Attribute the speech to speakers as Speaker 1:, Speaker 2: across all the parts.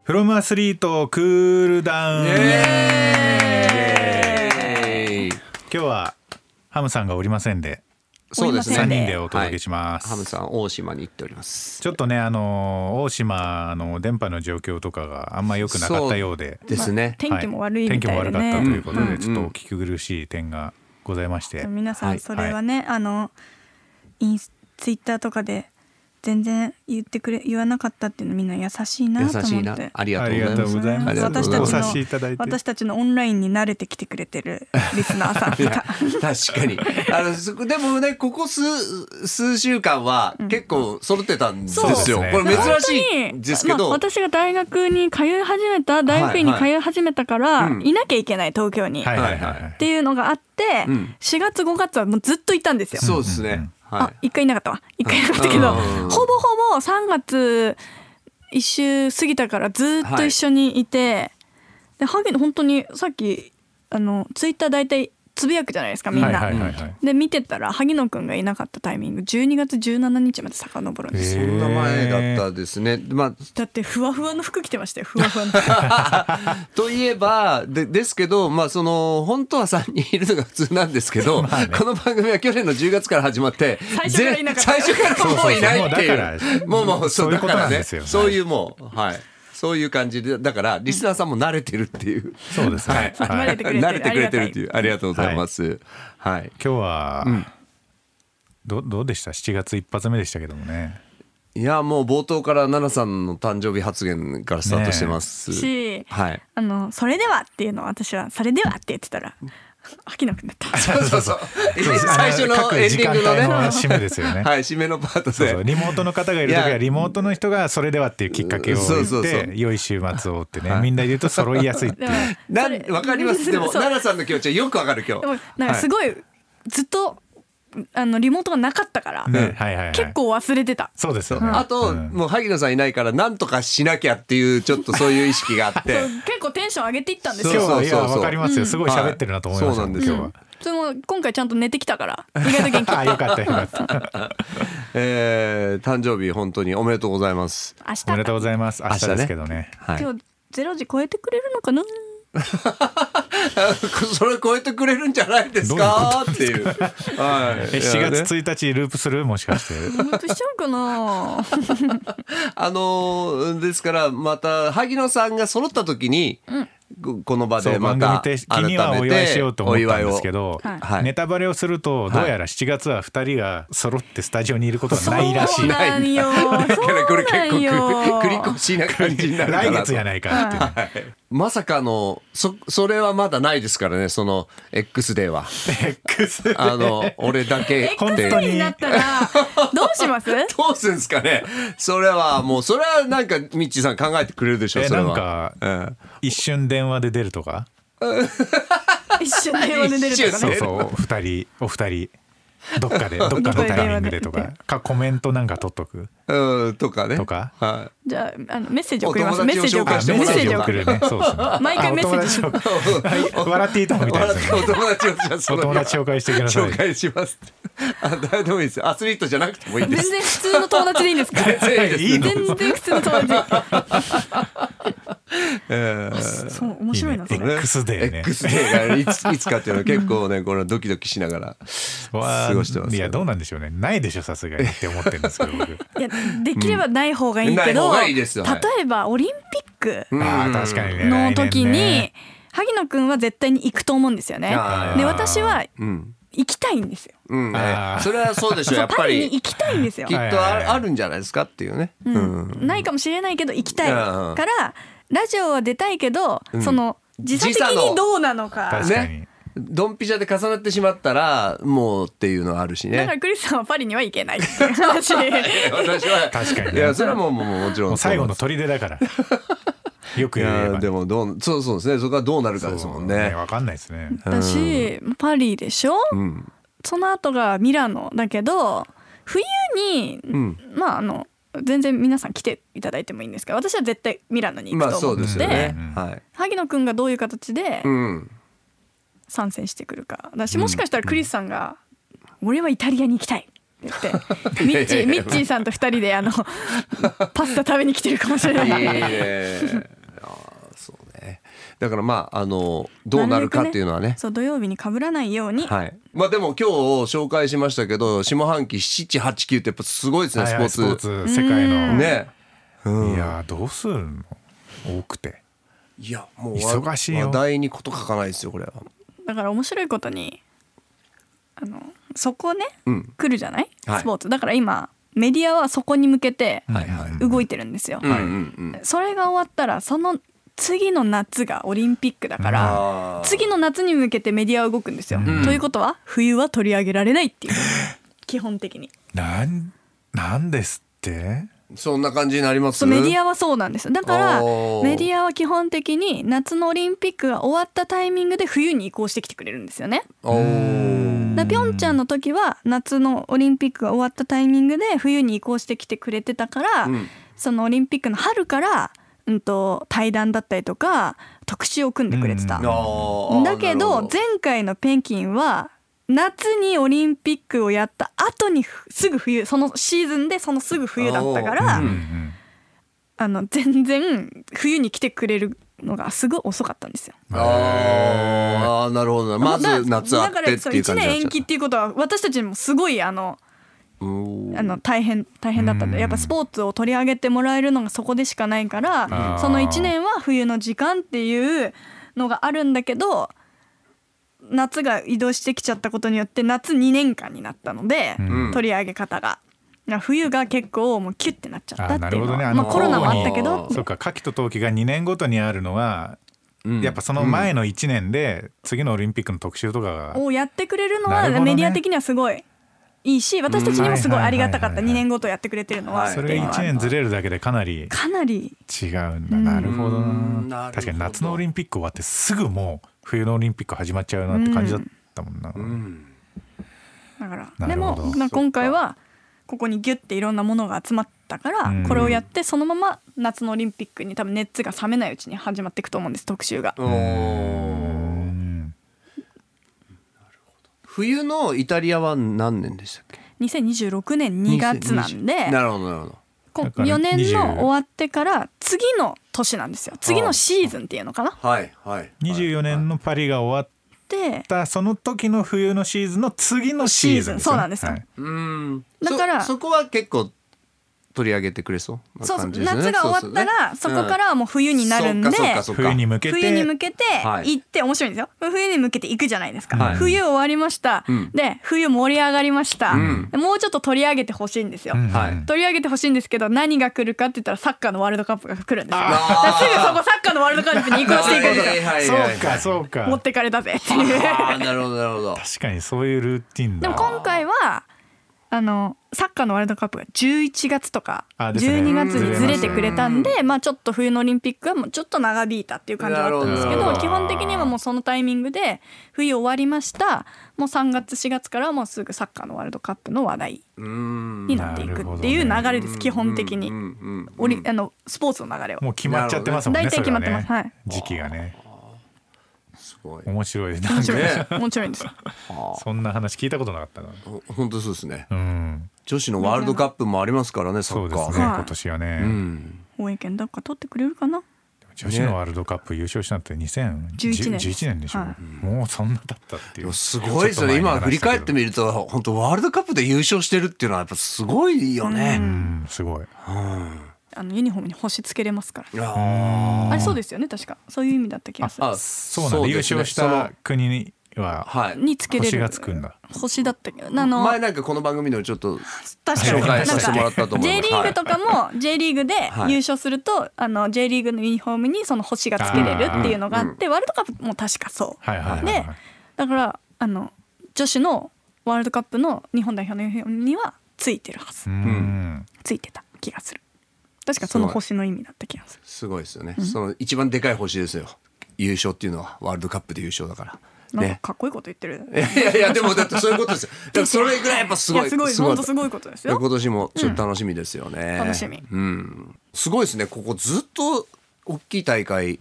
Speaker 1: フロムアスリートクールダウン。今日はハムさんがおりませんで、
Speaker 2: そうですね、
Speaker 1: 3人でお届けします、
Speaker 2: ハムさん大島に行っております。
Speaker 1: ちょっとね大島の電波の状況とかがあんま良くなかったようで
Speaker 2: ですね、
Speaker 3: 天気も悪いみたいでね、
Speaker 1: 天気も悪かったということで、ちょっとお聞き苦しい点がございまして、
Speaker 3: 皆さんそれはね、ツイッターとかで全然言わなかったっていうのみんな優しいなと思って。優しいな、
Speaker 2: ありがとうございます。
Speaker 3: 私たちのオンラインに慣れてきてくれてるリスナーさんが
Speaker 2: 確かにでもね、ここ数週間は結構揃ってたんですよ、これ珍しいですけど、
Speaker 3: 私が大学に通い始めた大学院に通い始めたから、いなきゃいけない東京に、っていうのがあって、4月5月はもうずっといたんですよ。
Speaker 2: そうですね、
Speaker 3: 1回いなかったわ、1回いなかったけど、ほぼほぼ3月一周過ぎたからずっと一緒にいて、で萩野本当にさっきツイッター大体つぶやくじゃないですかみんな、で見てたら萩野くんがいなかったタイミング12月17日まで遡るんですよ。
Speaker 2: そんな前だったですね、
Speaker 3: だってふわふわの服着てましたよ、ふわふわの服
Speaker 2: といえばですけど、本当は3人いるのが普通なんですけど、この番組は去年の10月から始まって
Speaker 3: 最初から
Speaker 2: もういないっていう、もうそういうことなんですよ。そういうそういう感じで、だからリスナーさんも慣れてるっていう、
Speaker 1: そうですね、
Speaker 3: 慣れてく
Speaker 2: れてるっていう、ありがとうございます。
Speaker 1: 今日はどうでした？7月一発目でしたけどもね。
Speaker 2: いや、もう冒頭から奈々さんの誕生日発言からスタートしてます
Speaker 3: し、それではっていうのを私はそれではって言ってたら秋野くんだった。
Speaker 2: そう最初のエンディングのね、
Speaker 1: 締めですよね。
Speaker 2: 締めのパートで
Speaker 1: リモートの方がいるときはリモートの人がそれではっていうきっかけを言って良い週末をってね、みんな言うと揃いやすいっていう。
Speaker 2: わかります。でも奈々さんの気持ちはよくわかる。今日
Speaker 3: なんかすごいずっとリモートがなか結構忘れてた。
Speaker 1: そうですよね。
Speaker 2: あともう萩野さんいないからなんとかしなきゃっていうちょっとそういう意識があって
Speaker 3: 結構テンション上げていったんです
Speaker 1: よ。
Speaker 3: 今
Speaker 1: 日はわかりますよ。すごい喋ってるなと思いました。今日は
Speaker 3: それも今回ちゃんと寝てきたから意外と元気。
Speaker 1: よかったよかった。
Speaker 2: 誕生日本当におめでとうございます。
Speaker 1: おめでとうございます。明日ですけどね。
Speaker 3: 今日0時超えてくれるのかな。
Speaker 2: それ超えてくれるんじゃないですかっていう。
Speaker 1: 7月1日ループする？もしかしてル
Speaker 3: ープしちゃうかな。
Speaker 2: ですからまた萩野さんが揃った時に、この場でまた
Speaker 1: 番組的にはお祝いしようと思ったんですけど、ネタバレをするとどうやら7月は2人が揃ってスタジオにいることはないらしい。
Speaker 3: そうなんよ。
Speaker 2: これ結構繰り越しな感じになるかなと。
Speaker 1: 来月やないかって。
Speaker 2: まさかのそれはまだないですからね、その X デーは。俺だけって。
Speaker 3: 本当になったらどうします？
Speaker 2: どうするんですかね。それはなんかミッチーさん考えてくれるでしょ。それは
Speaker 1: なんか一瞬電話で出るとか。
Speaker 3: 一瞬電話で出るとかね。
Speaker 1: そうお二人どっかのタイミングでとかコメントなんか取っとく
Speaker 2: とかね。
Speaker 3: じゃあメッセージ送ります。メッセージ
Speaker 1: 送るね。そうですね。
Speaker 3: 毎回メッセージ
Speaker 1: 笑っていいと思みたいですね。お友達紹介してください。
Speaker 2: 紹介します。誰でもいいですよ。アスリートじゃなくてもいいです。
Speaker 3: 全然普通の友達でいいんですか？全然普通の友達。そう面白いな。
Speaker 1: X デーね。
Speaker 2: X デーがいつかっていうのは結構ね、これドキドキしながら過ごしてます。
Speaker 1: いやどうなんでしょうね。ないでしょさすがにって思ってるんですけど僕。い
Speaker 3: やできればない方がいいけど、例えばオリンピックの時に萩野くんは絶対に行くと思うんですよね。で私は行きたいんですよ。
Speaker 2: それはそうでしょ。やっぱり
Speaker 3: パリに行きたいんですよ。
Speaker 2: きっとあるんじゃないですかっていうね。
Speaker 3: ないかもしれないけど行きたいからラジオは出たいけど、その時差的にどうなのか。
Speaker 1: 確かに。
Speaker 2: ドンピシャで重なってしまったらもうっていうのはあるしね。
Speaker 3: だからクリスさんはパリには行けないっていう話。
Speaker 2: 私は確かに、ね、いやそれはもちろん
Speaker 1: 最後の砦だからよく言えば。
Speaker 2: でもそうですね。そこはどうなるかですもんね。
Speaker 1: 分かんないですね。
Speaker 3: 私パリでしょ、その後がミラノだけど冬に、全然皆さん来ていただいてもいいんですけど、私は絶対ミラノに行くと思って、萩野くんがどういう形で参戦してくるか。私もしかしたらクリスさんが、俺はイタリアに行きたいって言ってミッチーさんと2人でパスタ食べに来てるかもしれない。
Speaker 2: だからまあどうなるかっていうのはね、
Speaker 3: そう土曜日に被らないように、
Speaker 2: はい、まあでも今日紹介しましたけど下半期7、8、9ってやっぱすごいですね、スポーツ
Speaker 1: 世界の
Speaker 2: ね、
Speaker 1: いやどうするの多くて、
Speaker 2: いやもう
Speaker 1: 忙しいよ、
Speaker 2: 話題にこと書かないですよこれは。
Speaker 3: だから面白いことにそこね、来るじゃない、スポーツだから今メディアはそこに向けて動いてるんですよ、それが終わったらその次の夏がオリンピックだから次の夏に向けてメディアは動くんですよ、ということは冬は取り上げられないっていう基本的に
Speaker 1: なんですって
Speaker 2: そんな感じになります。
Speaker 3: そうメディアはそうなんです。だからメディアは基本的に夏のオリンピックが終わったタイミングで冬に移行してきてくれるんですよね。ピョンチャンの時は夏のオリンピックが終わったタイミングで冬に移行してきてくれてたから、そのオリンピックの春から対談だったりとか特集を組んでくれてた。だけど前回の北京は夏にオリンピックをやった後にすぐ冬、そのシーズンでそのすぐ冬だったから、全然冬に来てくれるのがすごい遅かったんですよ。
Speaker 2: ああなるほど、まず夏あってっていう感じになっちゃった。だから1年延期っていうことは私たちにもすごい大変だったんで、やっぱスポーツを取り上げてもらえるのがそこでしかないから、その1年は冬の時間っていうのがあるんだけど、夏が移動してきちゃったことによって夏2年間になったので、取り上げ方が冬が結構もうキュッてなっちゃったっていうのは、まあコロナもあったけど、
Speaker 1: そうか、夏季と冬季が2年ごとにあるのはやっぱその前の1年で次のオリンピックの特集とか
Speaker 3: をやってくれるのはメディア的にはすごいいいし、私たちにもすごいありがたかった。2年ごとやってくれてるのは、
Speaker 1: それが1年ずれるだけでかなり違うんだ。なるほどな。確かに夏のオリンピック終わってすぐもう冬のオリンピック始まっちゃうなって感じだったもんな。
Speaker 3: だからでも今回はここにギュッていろんなものが集まったから、これをやってそのまま夏のオリンピックに多分熱が冷めないうちに始まっていくと思うんです、特集が。
Speaker 2: 冬のイタリアは何年でしたっけ
Speaker 3: ？2026年2月なんで、
Speaker 2: なるほどなるほど。
Speaker 3: 4年の終わってから次の年なんですよ。次のシーズンっていうのかな。
Speaker 2: はいはい。
Speaker 1: 24年のパリが終わったその時の冬のシーズンの次のシーズンですよ。
Speaker 3: そうなんですよ。
Speaker 2: だからそこは結構取り上げてくれそうな感じですね。
Speaker 3: 夏が終わったらそこからはもう冬になるんで、
Speaker 1: 冬に向けて
Speaker 3: 行って面白いんですよ。冬に向けて行くじゃないですか。冬終わりました。で冬盛り上がりました。もうちょっと取り上げてほしいんですよ。取り上げてほしいんですけど、何が来るかって言ったらサッカーのワールドカップが来るんですよ。すぐそこサッカーのワールドカップに移行していくんですよ。
Speaker 1: そうか
Speaker 3: 持ってかれたぜっていう。
Speaker 2: なるほどなるほど。
Speaker 1: 確かにそういうルーティンだ。
Speaker 3: でも今回はサッカーのワールドカップが11月とか12月にずれてくれたんで、まあちょっと冬のオリンピックはもうちょっと長引いたっていう感じだったんですけど、基本的にはもうそのタイミングで冬終わりました。もう3月4月からもうすぐサッカーのワールドカップの話題になっていくっていう流れです。基本的にスポーツの流れは
Speaker 1: もう決まっちゃってますもんね。
Speaker 3: 大体決まってます。はい。
Speaker 1: 時期がね。
Speaker 2: すごい
Speaker 1: 面白いです
Speaker 3: ね。面白いんですよ。
Speaker 1: そんな話聞いたことなかったな。
Speaker 2: 本当そうですね。女子のワールドカップもありますからね、サッカー。
Speaker 1: そうですね、今年はね。
Speaker 3: 応援権どっか取ってくれるかな。
Speaker 1: 女子のワールドカップ優勝したのって2011年でしょ。もうそんなだったっていう。
Speaker 2: すごいですよね。今振り返ってみると本当ワールドカップで優勝してるっていうのはやっぱすごいよね。
Speaker 1: すごい。
Speaker 3: ユニフォームに星つけれますから。あれそうですよね、確かそういう意味だった気がする。
Speaker 1: そうなんだ。優勝した国に
Speaker 3: つけれる
Speaker 1: 星がつくんだ。
Speaker 3: 星だったけど、
Speaker 2: 前なんかこの番組でもちょっと
Speaker 3: 紹
Speaker 2: 介させてもらったと思います。
Speaker 3: J リーグとかも J リーグで優勝するとJ リーグのユニフォームにその星がつけれるっていうのがあって、ワールドカップも確かそうで、だから女子のワールドカップの日本代表のユニフォームにはついてるはず。ついてた気がする。確かその星の意味だった気がする。
Speaker 2: すごいですよね。その一番でかい星ですよ、優勝っていうのは。ワールドカップで優勝だから
Speaker 3: なんかかっこいいこと言ってる。
Speaker 2: いやでもだってそういうことですよ。だからそれぐらいやっぱすごい。
Speaker 3: 本当すごいことですよ。
Speaker 2: 今年もちょっと楽しみですよね。
Speaker 3: 楽しみ。
Speaker 2: すごいですね。ここずっと大きい大会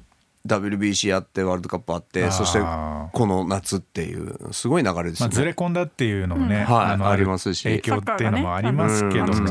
Speaker 2: WBC あってワールドカップあって、そしてこの夏っていうすごい流れですね。
Speaker 1: ずれ込んだっていうのもね、
Speaker 2: ありますし、
Speaker 1: 影響っていうのもありますけども、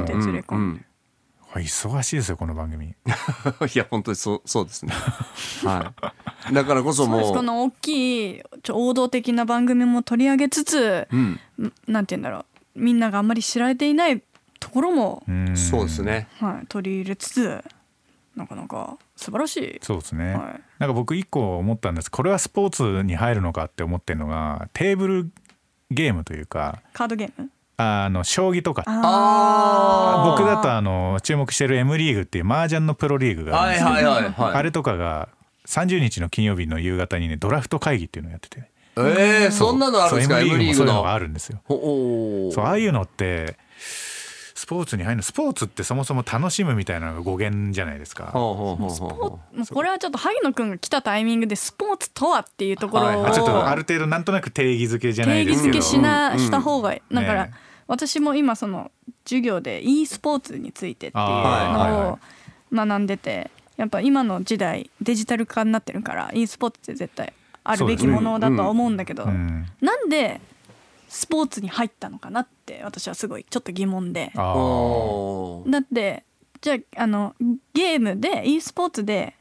Speaker 3: 忙
Speaker 1: しいですよこの番組。
Speaker 2: いや本当にそうですね。はい。
Speaker 4: だからこそもう
Speaker 2: この大きい王道的な番組も取り上げつつ、なんて言うんだろう、みんながあんまり知られていないところも、
Speaker 4: そうですね、
Speaker 2: はい、取り入れつつなかなか素晴らしい。
Speaker 1: そうですね、
Speaker 2: はい、
Speaker 1: なんか僕一個思ったんです。これはスポーツに入るのかって思ってるのがテーブルゲームというか
Speaker 2: カードゲーム、
Speaker 1: 将棋とか。僕だと注目してる M リーグっていう麻雀のプロリーグがあるんですけど、あれとかが30日の金曜日の夕方にねドラフト会議っていうのをやってて、ね、
Speaker 4: そんなのあるんですか。
Speaker 1: M リーグもそういうのが
Speaker 4: あ
Speaker 1: るんですよ。そうああいうのってスポーツに入るの。スポーツってそもそも楽しむみたいなのが語源じゃないですか。
Speaker 2: これはちょっと萩野くんが来たタイミングでスポーツとはっていうところを
Speaker 1: ちょっとある程度なんとなく定義づけじゃないですけど
Speaker 2: 定義づけした方がいい。だから、ね、私も今その授業で e スポーツについてっていうのを学んでて、やっぱ今の時代デジタル化になってるから e スポーツって絶対あるべきものだとは思うんだけど、なんでスポーツに入ったのかなって私はすごいちょっと疑問で。だってじゃあゲームで e スポーツで、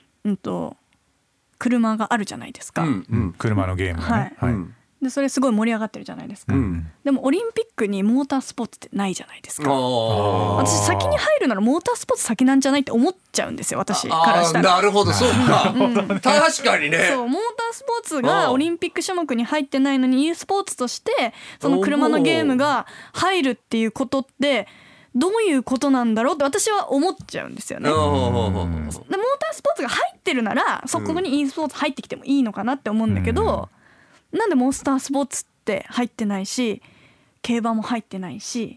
Speaker 2: 車があるじゃないですか、
Speaker 1: 車のゲームがね、はいはい、
Speaker 2: でそれすごい盛り上がってるじゃないですか、でもオリンピックにモータースポーツってないじゃないですか。私先に入るならモータースポーツ先なんじゃないって思っちゃうんですよ、私からしたら。
Speaker 4: なるほど、そうか、確かにね。
Speaker 2: そう、モータースポーツがオリンピック種目に入ってないのに e スポーツとしてその車のゲームが入るっていうことってどういうことなんだろうって私は思っちゃうんですよね。でモータースポーツが入ってるならそこに e スポーツ入ってきてもいいのかなって思うんだけど、なんでモンスタースポーツって入ってないし競馬も入ってないし、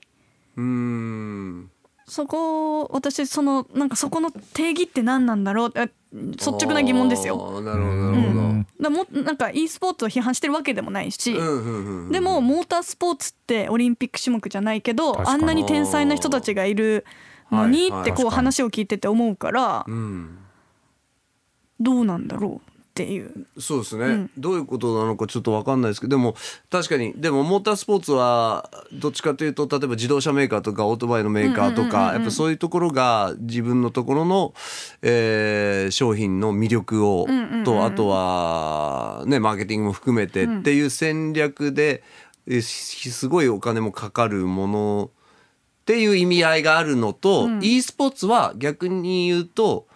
Speaker 2: そこ私なんかそこの定義って何なんだろうって率直な疑問ですよ。
Speaker 4: なるほどなるほど。
Speaker 2: だもなんか e スポーツを批判してるわけでもないし、でもモータースポーツってオリンピック種目じゃないけどあんなに天才な人たちがいるのにってこう話を聞いてて思うから、どうなんだろうっていう。
Speaker 4: そうですね、どういうことなのかちょっと分かんないですけど、でも確かにでもモータースポーツはどっちかというと例えば自動車メーカーとかオートバイのメーカーとかやっぱそういうところが自分のところの、商品の魅力を、とあとはねマーケティングも含めてっていう戦略ですごいお金もかかるものっていう意味合いがあるのと、e スポーツは逆に言うと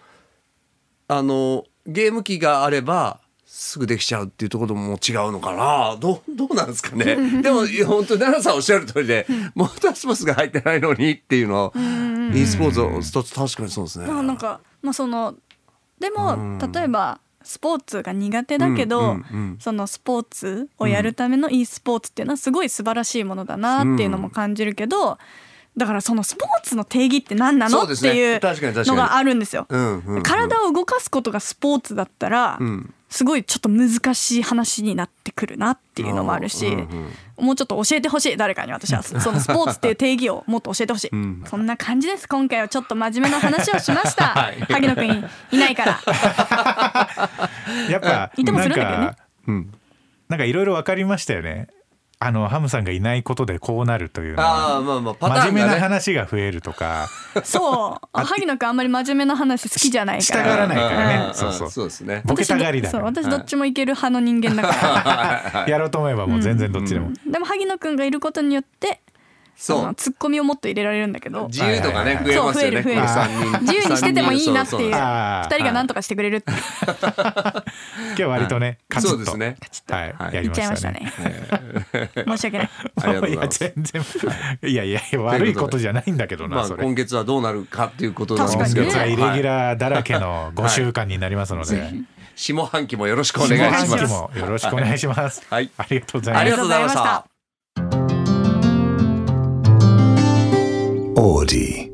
Speaker 4: ゲーム機があればすぐできちゃうっていうところも違うのかな。どうなんですかね。でも本当に奈々さんおっしゃる通りでモータースポーツが入ってないのにっていうのは e スポーツを一つ確かにそうですね。
Speaker 2: なんか、でも例えばスポーツが苦手だけど、そのスポーツをやるための e スポーツっていうのはすごい素晴らしいものだなっていうのも感じるけど、だからそのスポーツの定義って何なのっていうのがあるんですよ。体を動かすことがスポーツだったらすごいちょっと難しい話になってくるなっていうのもあるし、もうちょっと教えてほしい、誰かに。私はそのスポーツっていう定義をもっと教えてほしい、そんな感じです。今回はちょっと真面目な話をしました萩野くんいないから
Speaker 1: やっぱ
Speaker 2: いてもするんだけどね。
Speaker 1: なんかいろいろ分かりましたよね。ハムさんがいないことでこうなるというのは、真面目な話が増えるとか。
Speaker 2: そう萩野くんあんまり真面目な話好きじゃないから、
Speaker 1: したがらないからね。
Speaker 4: そうですね。
Speaker 1: ボケたがりだから。
Speaker 2: 私どっちもいける派の人間だから
Speaker 1: やろうと思えばもう全然どっちでも。
Speaker 2: でも萩野くんがいることによってツッコミをもっと入れられるんだけど、
Speaker 4: 自由とかね増えますよね。
Speaker 2: 自由にしててもいいなっていう2人が何とかしてくれるって
Speaker 1: 今日割とねカチッと
Speaker 4: そうですね、
Speaker 1: やりましたね。
Speaker 2: 言っちゃいましたね申し訳ない。
Speaker 4: ありがとうございます。
Speaker 1: 全然いや悪いことじゃないんだけどな。
Speaker 4: 今月はどうなるかっていうことなんですけど、
Speaker 1: 今月はイレギュラーだらけの5週間になりますので、
Speaker 4: 下半期もよろしくお願いします。
Speaker 1: 下半期もよろしくお願いします。
Speaker 4: はい、
Speaker 1: ありがとうございます。
Speaker 4: ありがとうございました。
Speaker 5: オーディ